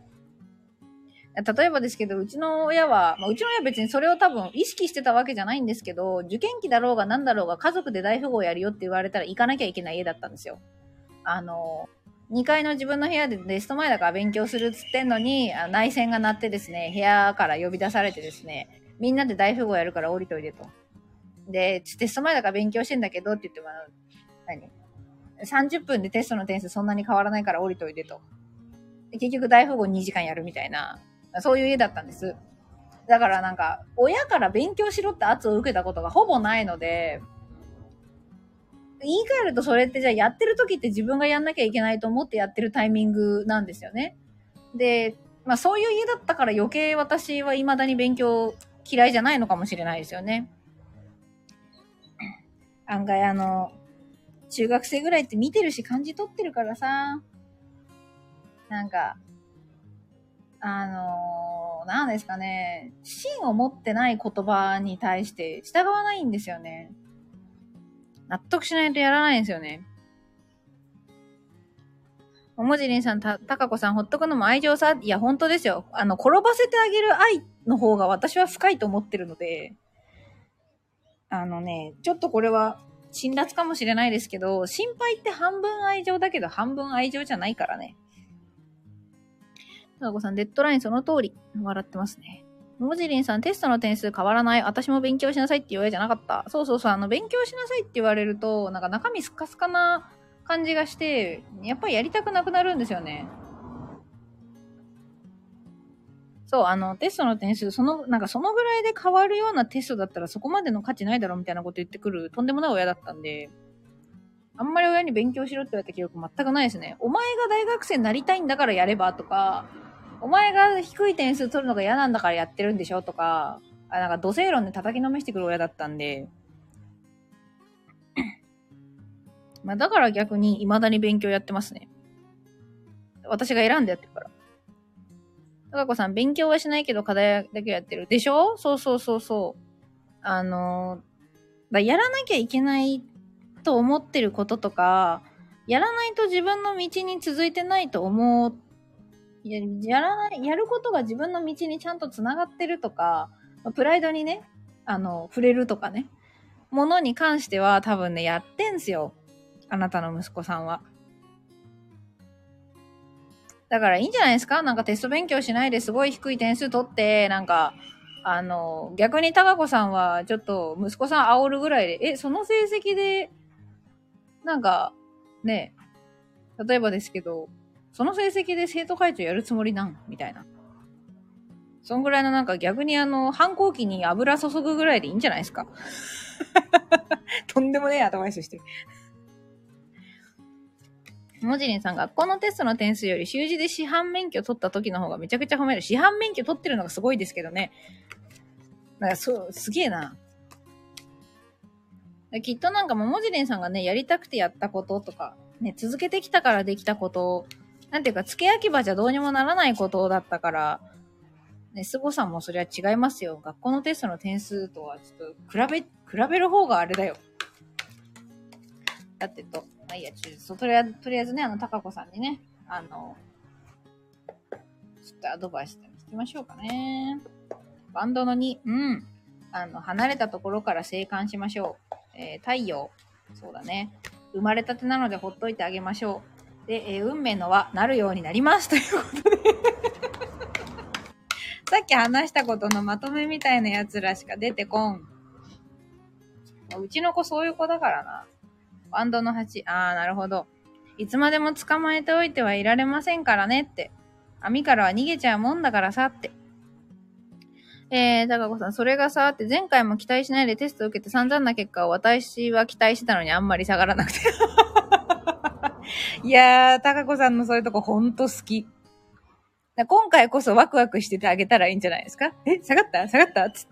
例えばですけど、うちの親は、まあ、うちの親は別にそれを多分意識してたわけじゃないんですけど、受験期だろうが何だろうが家族で大富豪やるよって言われたら行かなきゃいけない家だったんですよ。あの、にかいの自分の部屋でテスト前だから勉強するっつってんのに、内線が鳴ってですね、部屋から呼び出されてですね、みんなで大富豪やるから降りといでと。で、テスト前だから勉強してんだけどって言っても、何 ?さんじゅっ 分でテストの点数そんなに変わらないから降りといでと。で結局大富豪にじかんやるみたいな、そういう家だったんです。だからなんか、親から勉強しろって圧を受けたことがほぼないので、言い換えるとそれってじゃあやってる時って自分がやんなきゃいけないと思ってやってるタイミングなんですよね。で、まあそういう家だったから余計私は未だに勉強嫌いじゃないのかもしれないですよね。案外あの、中学生ぐらいって見てるし感じ取ってるからさ、なんか、あのー、なんですかね、芯を持ってない言葉に対して従わないんですよね。納得しないとやらないんですよね。ももじりんさん、た、たかこさん、ほっとくのも愛情さ。いや、本当ですよ。あの、転ばせてあげる愛の方が私は深いと思ってるので、あのね、ちょっとこれは、辛辣かもしれないですけど、心配って半分愛情だけど、半分愛情じゃないからね。たかこさん、デッドラインその通り。笑ってますね。ももじりんさん、テストの点数変わらない。私も勉強しなさいって言われじゃなかった。そうそうそう、あの、勉強しなさいって言われると、なんか中身スカスカな感じがして、やっぱりやりたくなくなるんですよね。そう、あの、テストの点数、その、なんかそのぐらいで変わるようなテストだったらそこまでの価値ないだろうみたいなこと言ってくる、とんでもない親だったんで、 あんまり親に勉強しろって言われた記憶全くないですね。お前が大学生になりたいんだからやればとか、お前が低い点数取るのが嫌なんだからやってるんでしょとか、あ、なんか土星論で叩きのめしてくる親だったんで、まあだから逆に未だに勉強やってますね。私が選んでやってるから。たかこさん、勉強はしないけど課題だけやってる。でしょ？そうそうそうそう。あの、だやらなきゃいけないと思ってることとか、やらないと自分の道に続いてないと思う、や、やらない、やることが自分の道にちゃんと繋がってるとか、プライドにね、あの、触れるとかね、ものに関しては多分ね、やってんすよ。あなたの息子さんは。だからいいんじゃないですか？なんかテスト勉強しないですごい低い点数取って、なんか、あの、逆にたかこさんはちょっと息子さん煽るぐらいで、え、その成績で、なんか、ね、例えばですけど、その成績で生徒会長やるつもりなんみたいな。そんぐらいのなんか逆にあの、反抗期に油注ぐぐらいでいいんじゃないですか？とんでもねえアドバイスしてる。もじりんさん、学校のテストの点数より習字で師範免許取った時の方がめちゃくちゃ褒める。師範免許取ってるのがすごいですけどね。なんかそう、すげえな。きっとなんかももじりんさんがね、やりたくてやったこととか、ね、続けてきたからできたこと、なんていうか、付け焼き場じゃどうにもならないことだったから、ね、凄さもそりゃ違いますよ。学校のテストの点数とはちょっと比べ、比べる方があれだよ。だってと、まあいいや、ちょっととりあえず、とりあえずね、あの、たかこさんにね、あの、ちょっとアドバイスで聞きましょうかね。バンドのに、うん。あの、離れたところから生還しましょう。えー、太陽。そうだね。生まれたてなのでほっといてあげましょう。で、えー、運命のはなるようになります。ということで。さっき話したことのまとめみたいなやつらしか出てこん。うちの子そういう子だからな。バンドのはち。あー、なるほど。いつまでも捕まえておいてはいられませんからねって。網からは逃げちゃうもんだからさって。えー、高子さん、それがさ、って前回も期待しないでテストを受けて散々な結果を私は期待してたのにあんまり下がらなくて。いやー、高子さんのそういうとこほんと好き。今回こそワクワクしててあげたらいいんじゃないですか？え、下がった下がったつって。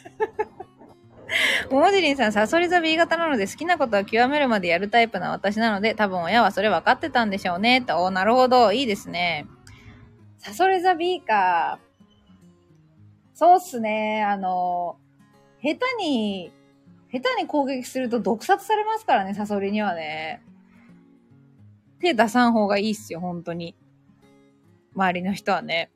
ももじりんさん、サソリ座 B 型なので好きなことは極めるまでやるタイプな私なので、多分親はそれ分かってたんでしょうね。と、お、なるほど。いいですね。サソリ座 B か。そうっすね。あの、下手に、下手に攻撃すると毒殺されますからね、サソリにはね。手出さん方がいいっすよ、本当に。周りの人はね。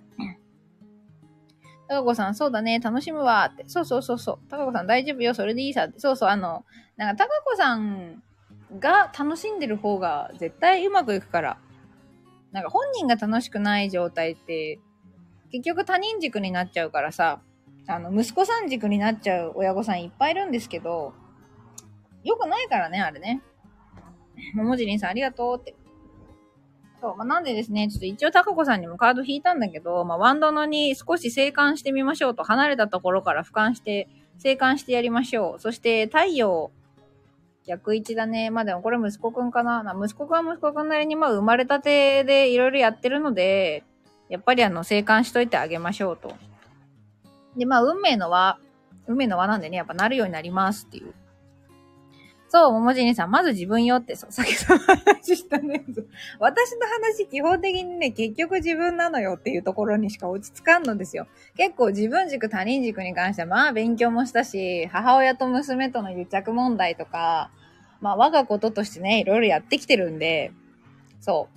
たかこさん、そうだね、楽しむわって。そうそうそうそう。たかこさん、大丈夫よ、それでいいさって。そうそう、あの、なんか、たかこさんが楽しんでる方が絶対うまくいくから。なんか、本人が楽しくない状態って、結局他人軸になっちゃうからさ、あの、息子さん軸になっちゃう親御さんいっぱいいるんですけど、よくないからね、あれね。ももじりんさん、ありがとうって。そう、まあ、なんでですね、ちょっと一応タカコさんにもカード引いたんだけど、まあ、ワンドのに少し静観してみましょうと、離れたところから俯瞰して、静観してやりましょう。そして、太陽、逆位置だね。まあ、でもこれ息子くんかな。な息子くんは息子くんなりに、まあ、生まれたてでいろいろやってるので、やっぱりあの、静観しといてあげましょうと。で、まあ、運命の輪、運命の輪なんでね、やっぱなるようになりますっていう。そう、ももじりさん、まず自分よって、そう、さっきの話したね。私の話、基本的にね、結局自分なのよっていうところにしか落ち着かんのですよ。結構自分軸、他人軸に関しては、まあ勉強もしたし、母親と娘との癒着問題とか、まあ我がこととしてね、いろいろやってきてるんで、そう。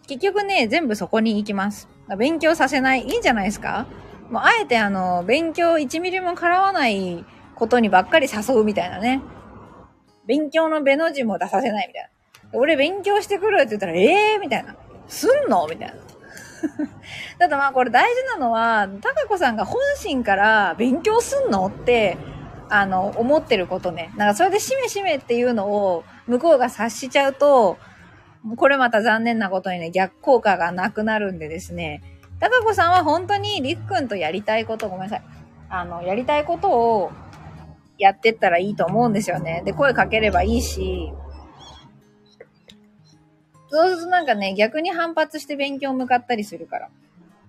結局ね、全部そこに行きます。勉強させない。いいんじゃないですか？もうあえてあの、勉強いちミリも絡わないことにばっかり誘うみたいなね。勉強のベの字も出させないみたいな。俺勉強してくるって言ったら、ええー、みたいな。すんのみたいな。だとまあこれ大事なのは、たかこさんが本心から勉強すんのって、あの、思ってることね。なんかそれでしめしめっていうのを向こうが察しちゃうと、これまた残念なことにね、逆効果がなくなるんでですね。たかこさんは本当にりくくんとやりたいこと、ごめんなさい。あの、やりたいことを、やってったらいいと思うんですよね。で、声かければいいし、 そうするとなんかね、逆に反発して勉強向かったりするから。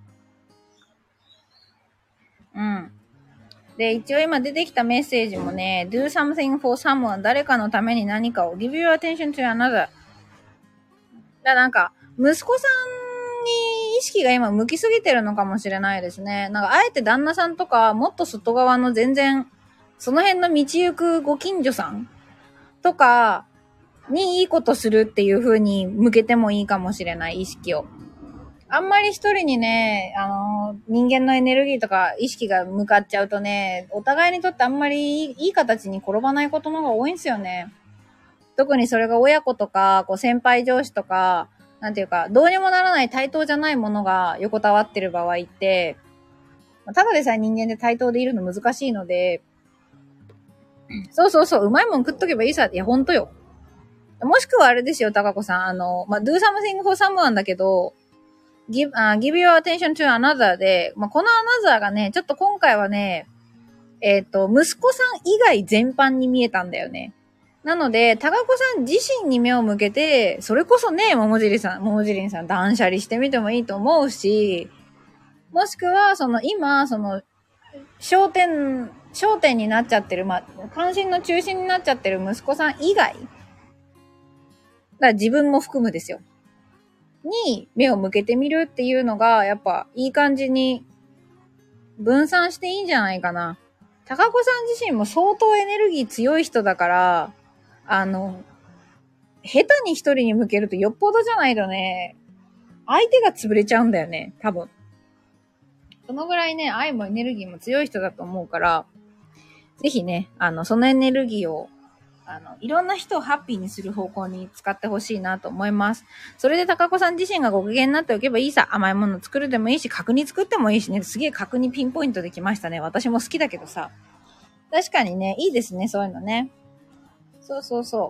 うん。で、一応今出てきたメッセージもね、do something for someone 誰かのために何かを give your attention to another だなんか、息子さんに意識が今向きすぎてるのかもしれないですね。なんか、あえて旦那さんとか、もっと外側の全然、その辺の道行くご近所さんとかにいいことするっていう風に向けてもいいかもしれない、意識を。あんまり一人にね、あの、人間のエネルギーとか意識が向かっちゃうとね、お互いにとってあんまりいい、いい形に転ばないことの方が多いんですよね。特にそれが親子とか、こう先輩上司とか、なんていうか、どうにもならない対等じゃないものが横たわってる場合って、ただでさえ人間で対等でいるの難しいので、そうそうそう、うまいもん食っとけばいいさ。いや、ほんとよ。もしくはあれですよ、高子さん。あの、まあ、do something for someone だけど、give,、uh, give your attention to another で、まあ、この another がね、ちょっと今回はね、えっと、息子さん以外全般に見えたんだよね。なので、高子さん自身に目を向けて、それこそね、桃尻さん、桃尻さん断捨離してみてもいいと思うし、もしくは、その今、その、焦点、焦点になっちゃってる、まあ、関心の中心になっちゃってる息子さん以外、だから自分も含むですよ。に目を向けてみるっていうのが、やっぱいい感じに分散していいんじゃないかな。高子さん自身も相当エネルギー強い人だから、あの、下手に一人に向けるとよっぽどじゃないとね、相手が潰れちゃうんだよね、多分。そのぐらいね、愛もエネルギーも強い人だと思うから、ぜひね、あの、そのエネルギーを、あの、いろんな人をハッピーにする方向に使ってほしいなと思います。それで高子さん自身がご機嫌になっておけばいいさ。甘いもの作るでもいいし、角煮作ってもいいしね。すげえ角煮ピンポイントできましたね。私も好きだけどさ。確かにね、いいですね、そういうのね。そうそうそう。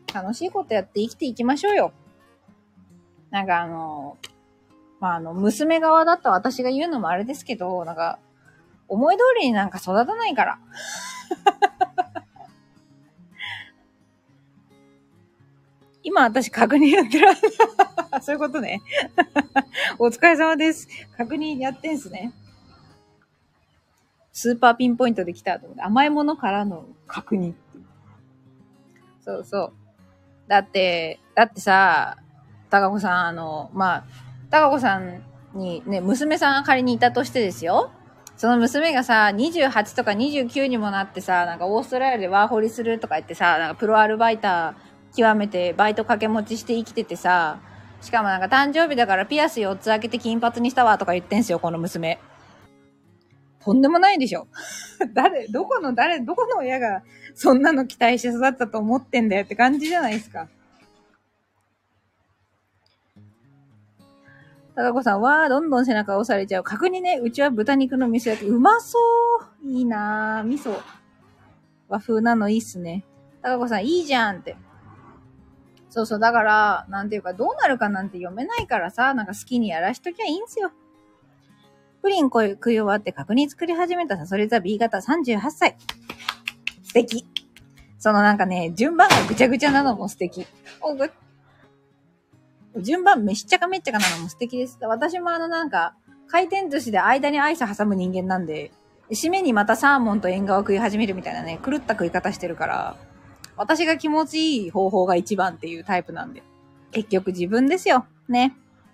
楽しいことやって生きていきましょうよ。なんかあの、まあ、あの、娘側だった私が言うのもあれですけど、なんか、思い通りになんか育たないから。今私確認やってる。そういうことね。お疲れ様です。確認やってんすね。スーパーピンポイントで来たと思って。甘いものからの確認。そうそう。だって、だってさ、高子さん、あの、まあ、高子さんにね、娘さんが仮にいたとしてですよ。その娘がさ、にじゅうはちとかにじゅうきゅうにもなってさ、なんかオーストラリアでワーホリするとか言ってさ、なんかプロアルバイター極めてバイト掛け持ちして生きててさ、しかもなんか誕生日だからピアスよっつ開けて金髪にしたわとか言ってんすよ、この娘。とんでもないでしょ。誰、どこの誰、どこの親がそんなの期待して育ったと思ってんだよって感じじゃないですか。高子さんは、どんどん背中を押されちゃう。角煮ね、うちは豚肉の味噌焼き。うまそう。いいなぁ。味噌。和風なのいいっすね。高子さん、いいじゃんって。そうそう、だから、なんていうか、どうなるかなんて読めないからさ、なんか好きにやらしときゃいいんすよ。プリン食い終わって角煮作り始めたサソリ座 B 型さんじゅうはっさい。素敵。そのなんかね、順番がぐちゃぐちゃなのも素敵。おぐ順番めっちゃかめっちゃかなのも素敵です。私もあのなんか、回転寿司で間にアイス挟む人間なんで、締めにまたサーモンと縁側食い始めるみたいなね、狂った食い方してるから、私が気持ちいい方法が一番っていうタイプなんで。結局自分ですよ。ね。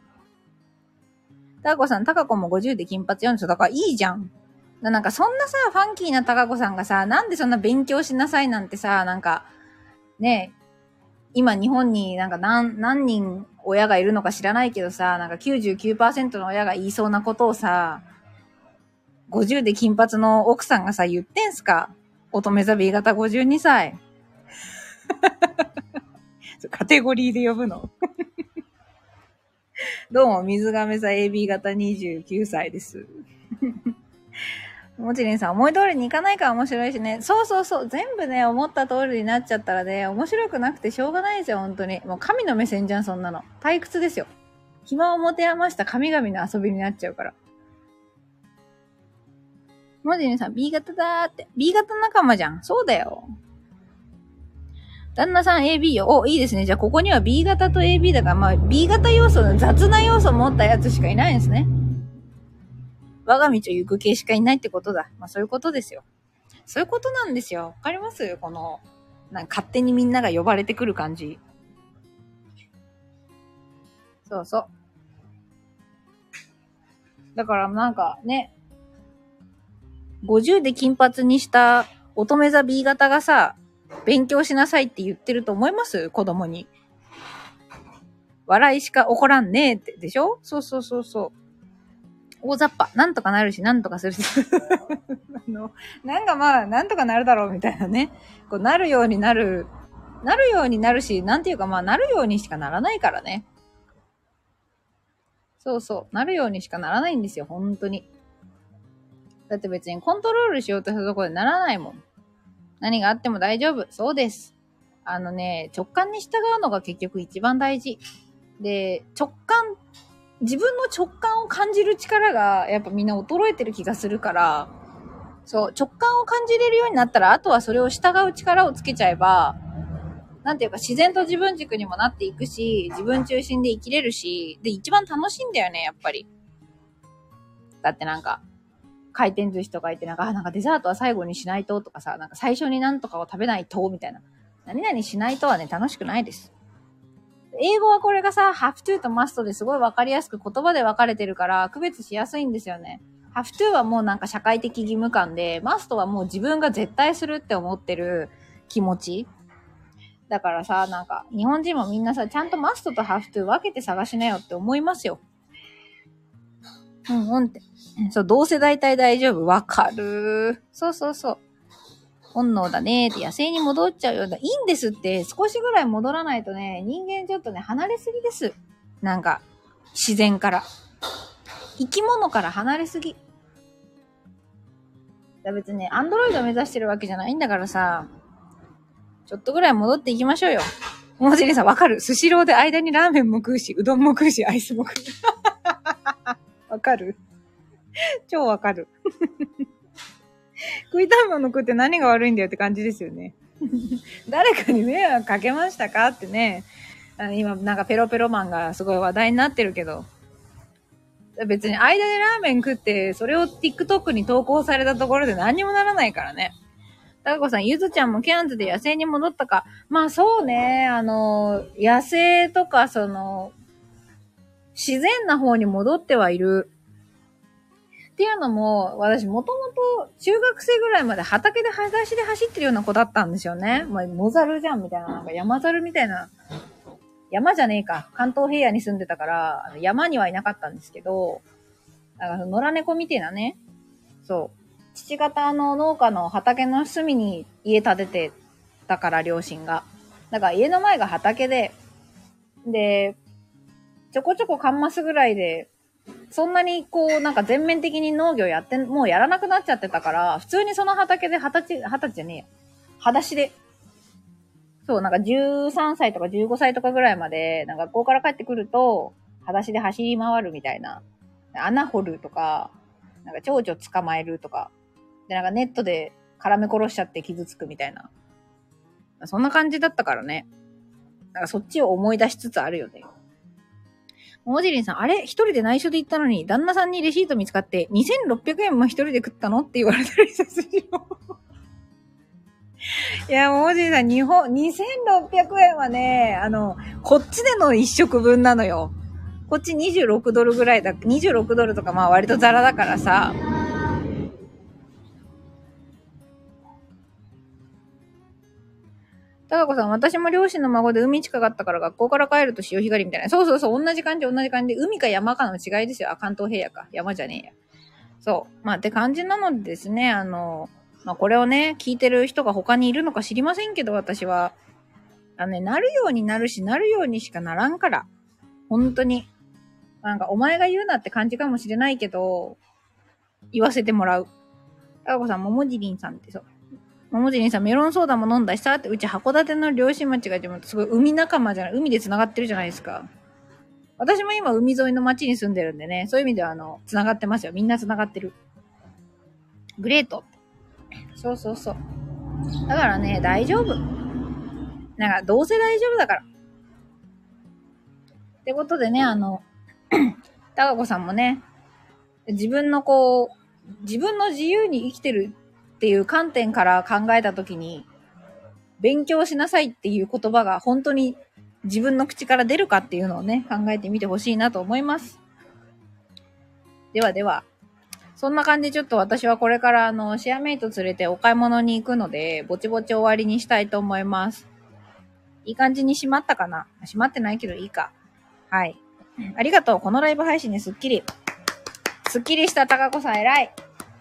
タカコさん、タカコもごじゅうで金髪よんでしょ。だからいいじゃん。なんかそんなさ、ファンキーなタカコさんがさ、なんでそんな勉強しなさいなんてさ、なんか、ね、今日本になんか何、何人親がいるのか知らないけどさ、なんか きゅうじゅうきゅうパーセント の親が言いそうなことをさ、ごじゅうで金髪の奥さんがさ、言ってんすか？乙女座 B 型ごじゅうにさい。カテゴリーで呼ぶの。どうも、水亀座 エービー 型にじゅうきゅうさいです。もちりんさん、思い通りにいかないから面白いしね。そうそうそう。全部ね、思った通りになっちゃったらね、面白くなくてしょうがないですよ、本当に。もう神の目線じゃん、そんなの。退屈ですよ。暇を持て余した神々の遊びになっちゃうから。もちりんさん、B 型だーって。B 型仲間じゃん。そうだよ。 旦那さん エービー よ。お、いいですね。じゃあここには ビー 型と エービー だから、まあ ビー 型要素の雑な要素を持ったやつしかいないんですね。我が道を行く系しかいないってことだ。まあそういうことですよ。そういうことなんですよ。わかりますこの、なんか勝手にみんなが呼ばれてくる感じ。そうそう。だからなんかね、ごじゅうで金髪にした乙女座 ビー 型がさ、勉強しなさいって言ってると思います子供に。笑いしか起こらんねえって。でしょそうそうそうそう。大雑把。なんとかなるし、なんとかするし。あの、なんかまあ、なんとかなるだろうみたいなね。こうなるようになる、なるようになるし、なんていうかまあ、なるようにしかならないからね。そうそう。なるようにしかならないんですよ、本当に。だって別にコントロールしようとしたところでならないもん。何があっても大丈夫。そうです。あのね、直感に従うのが結局一番大事。で、直感、自分の直感を感じる力がやっぱみんな衰えてる気がするから、そう、直感を感じれるようになったら、あとはそれを従う力をつけちゃえば、なんていうか自然と自分軸にもなっていくし、自分中心で生きれるし、で、一番楽しいんだよね、やっぱり。だってなんか、回転寿司とか言ってなんか、あ、なんかデザートは最後にしないととかさ、なんか最初になんとかを食べないとみたいな。何々しないとはね、楽しくないです。英語はこれがさ、have to と must ですごいわかりやすく言葉で分かれてるから区別しやすいんですよね。have to はもうなんか社会的義務感で、must はもう自分が絶対するって思ってる気持ち。だからさ、なんか日本人もみんなさ、ちゃんと must と have to 分けて探しなよって思いますよ。うんうんって。そう、どうせ大体大丈夫。わかる。そうそうそう。本能だねって野生に戻っちゃうようだ。いいんですって。少しぐらい戻らないとね、人間ちょっとね、離れすぎです。なんか、自然から。生き物から離れすぎ。だ別にね、アンドロイドを目指してるわけじゃないんだからさ、ちょっとぐらい戻っていきましょうよ。ももじりさんわかる。スシローで間にラーメンも食うし、うどんも食うし、アイスも食う。わかる超わかる。食いたいもの食って何が悪いんだよって感じですよね。誰かに迷惑かけましたかってね。あの今なんかペロペロマンがすごい話題になってるけど。別に間でラーメン食って、それを TikTok に投稿されたところで何にもならないからね。たかこさん、ゆずちゃんもキャンズで野生に戻ったか。まあそうね、あの、野生とかその、自然な方に戻ってはいる。っていうのも、私もともと中学生ぐらいまで畑で裸足で走ってるような子だったんですよね。まあ、野猿じゃんみたいな、なんか山猿みたいな。山じゃねえか。関東平野に住んでたから、あの山にはいなかったんですけど、なんか野良猫みたいなね。そう。父方の農家の畑の隅に家建ててたから両親が。だから家の前が畑で、で、ちょこちょこカンマスぐらいで、そんなにこう、なんか全面的に農業やって、もうやらなくなっちゃってたから、普通にその畑で二十歳、二十歳じゃねえや。裸足で。そう、なんかじゅうさんさいとかじゅうごさいとかぐらいまで、なんか学校から帰ってくると、裸足で走り回るみたいな。穴掘るとか、なんか蝶々捕まえるとか。で、なんかネットで絡め殺しちゃって傷つくみたいな。そんな感じだったからね。なんかそっちを思い出しつつあるよね。もじりんさん、あれ一人で内緒で行ったのに、旦那さんにレシート見つかって、にせんろっぴゃくえんも一人で食ったのって言われたりさするよ。いや、もじりんさん、日本、にせんろっぴゃくえんはね、あの、こっちでの一食分なのよ。こっちにじゅうろくドルぐらいだ、にじゅうろくドルとかまあ割とザラだからさ。たかこさん、私も両親の孫で海近かったから学校から帰ると潮干狩りみたいな。そうそうそう、同じ感じ、同じ感じで、海か山かの違いですよ。あ、関東平野か。山じゃねえや。そう。まあ、って感じなのでですね、あの、まあ、これをね、聞いてる人が他にいるのか知りませんけど、私は。あのね、なるようになるし、なるようにしかならんから。本当に。なんか、お前が言うなって感じかもしれないけど、言わせてもらう。たかこさん、ももじりんさんってそう。ももじりんさん、メロンソーダも飲んだしさって、うち函館の漁師町がすごい海仲間じゃない、海で繋がってるじゃないですか。私も今海沿いの町に住んでるんでね、そういう意味ではあの、繋がってますよ。みんな繋がってる。グレート。そうそうそう。だからね、大丈夫。 なんか、どうせ大丈夫だから。ってことでね、あの、たかこさんもね、自分のこう、自分の自由に生きてるっていう観点から考えたときに、勉強しなさいっていう言葉が本当に自分の口から出るかっていうのをね、考えてみてほしいなと思います。ではでは、そんな感じでちょっと私はこれからあの、シェアメイト連れてお買い物に行くので、ぼちぼち終わりにしたいと思います。いい感じに閉まったかな？閉まってないけどいいか。はい。ありがとう。このライブ配信ですっきり。すっきりしたたかこさん偉い。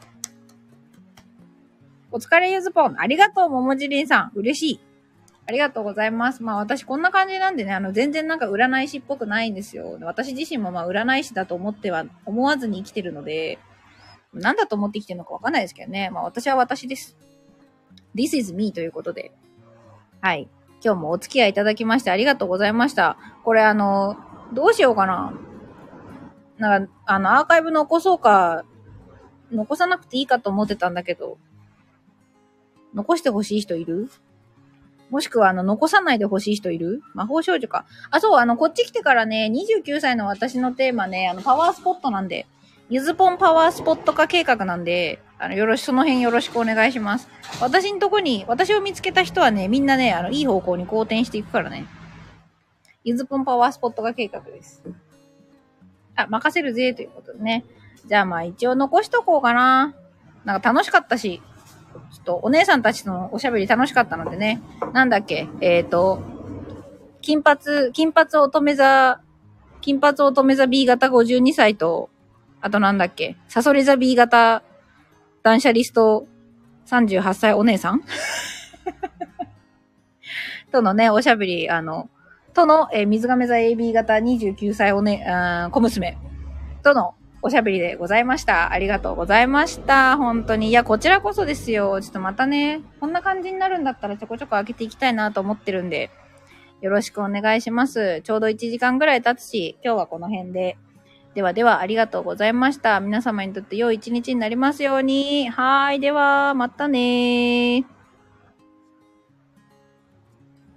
お疲れゆずぽん。ありがとう、ももじりんさん。嬉しい。ありがとうございます。まあ私こんな感じなんでね、あの全然なんか占い師っぽくないんですよ。私自身もまあ占い師だと思っては、思わずに生きてるので、なんだと思って生きてるのかわかんないですけどね。まあ私は私です。This is me ということで。はい。今日もお付き合いいただきましてありがとうございました。これあの、どうしようかな。なんか、あの、アーカイブ残そうか、残さなくていいかと思ってたんだけど、残してほしい人いる？もしくは、あの、残さないでほしい人いる？魔法少女か。あ、そう、あの、こっち来てからね、にじゅうきゅうさいの私のテーマね、あの、パワースポットなんで、ゆずぽんパワースポット化計画なんで、あの、よろし、その辺よろしくお願いします。私のとこに、私を見つけた人はね、みんなね、あの、いい方向に好転していくからね。ゆずぽんパワースポット化計画です。あ、任せるぜ、ということでね。じゃあまあ一応残しとこうかな。なんか楽しかったし、ちょっとお姉さんたちとのおしゃべり楽しかったのでね。なんだっけ、えっと、金髪、金髪乙女座、金髪乙女座 B 型ごじゅうにさいと、あとなんだっけ、サソリ座 B 型断捨リストさんじゅうはっさいお姉さんとのね、おしゃべり、あの、との、えー、水亀座 エービー 型にじゅうきゅうさいおね、あー小娘とのおしゃべりでございました。ありがとうございました。本当に。いや、こちらこそですよ。ちょっとまたね、こんな感じになるんだったらちょこちょこ開けていきたいなと思ってるんで、よろしくお願いします。ちょうどいちじかんぐらい経つし、今日はこの辺で。ではでは、ありがとうございました。皆様にとって良い一日になりますように。はーい。では、またねー。